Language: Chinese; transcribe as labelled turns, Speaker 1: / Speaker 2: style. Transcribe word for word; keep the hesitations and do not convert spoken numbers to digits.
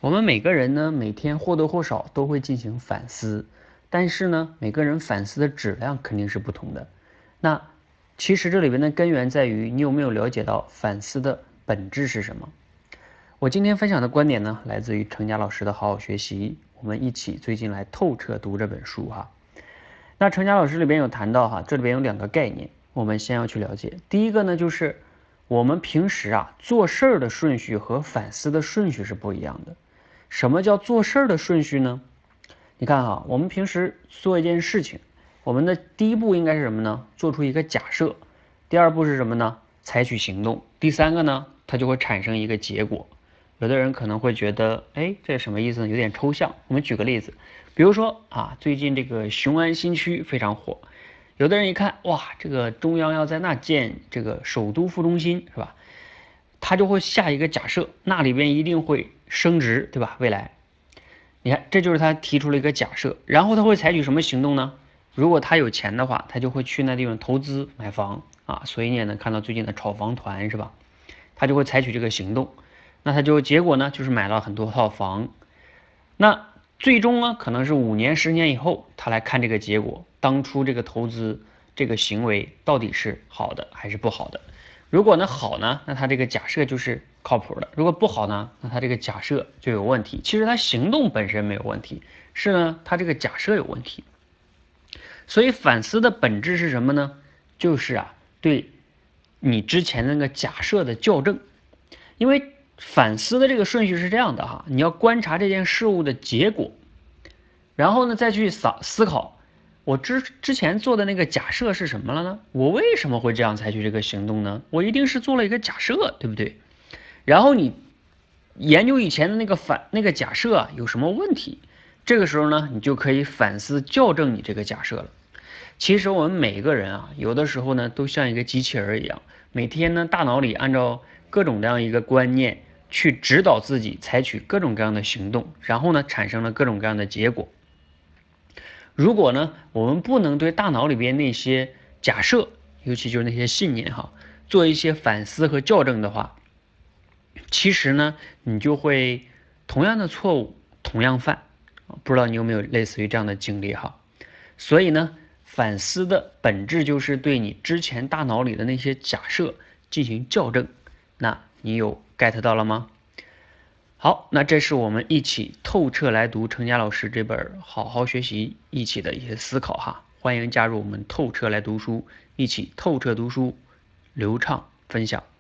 Speaker 1: 我们每个人呢，每天或多或少都会进行反思，但是呢，每个人反思的质量肯定是不同的。那其实这里边的根源在于你有没有了解到反思的本质是什么？我今天分享的观点呢，来自于程佳老师的好好学习，我们一起最近来透彻读这本书哈。那程佳老师里边有谈到哈，这里边有两个概念，我们先要去了解。第一个呢，就是我们平时啊做事儿的顺序和反思的顺序是不一样的。什么叫做事儿的顺序呢？你看哈，我们平时做一件事情，我们的第一步应该是什么呢？做出一个假设。第二步是什么呢？采取行动。第三个呢，它就会产生一个结果。有的人可能会觉得，哎，这什么意思呢？有点抽象。我们举个例子，比如说啊，最近这个雄安新区非常火，有的人一看，哇，这个中央要在那建这个首都副中心，是吧？他就会下一个假设，那里边一定会升值，对吧？未来，你看，这就是他提出了一个假设，然后他会采取什么行动呢？如果他有钱的话，他就会去那地方投资买房啊，所以你也能看到最近的炒房团，是吧？他就会采取这个行动。那他就结果呢，就是买了很多套房。那最终呢，可能是五年、十年以后，他来看这个结果，当初这个投资这个行为到底是好的还是不好的？如果呢好呢，那他这个假设就是靠谱的；如果不好呢，那他这个假设就有问题。其实他行动本身没有问题，是呢他这个假设有问题。所以反思的本质是什么呢？就是啊，对你之前那个假设的校正。因为反思的这个顺序是这样的哈，你要观察这件事物的结果，然后呢再去思思考，我之之前做的那个假设是什么了呢？我为什么会这样采取这个行动呢？我一定是做了一个假设，对不对？然后你研究以前的那个反那个假设啊有什么问题，这个时候呢，你就可以反思校正你这个假设了。其实我们每个人啊，有的时候呢，都像一个机器人一样，每天呢，大脑里按照各种各样一个观念去指导自己采取各种各样的行动，然后呢，产生了各种各样的结果。如果呢，我们不能对大脑里边那些假设，尤其就是那些信念哈，做一些反思和校正的话，其实呢，你就会同样的错误同样犯。不知道你有没有类似于这样的经历哈？所以呢，反思的本质就是对你之前大脑里的那些假设进行校正。那你有 get 到了吗？好，那这是我们一起透彻来读程佳老师这本好好学习一起的一些思考哈。欢迎加入我们透彻来读书，一起透彻读书，流畅分享。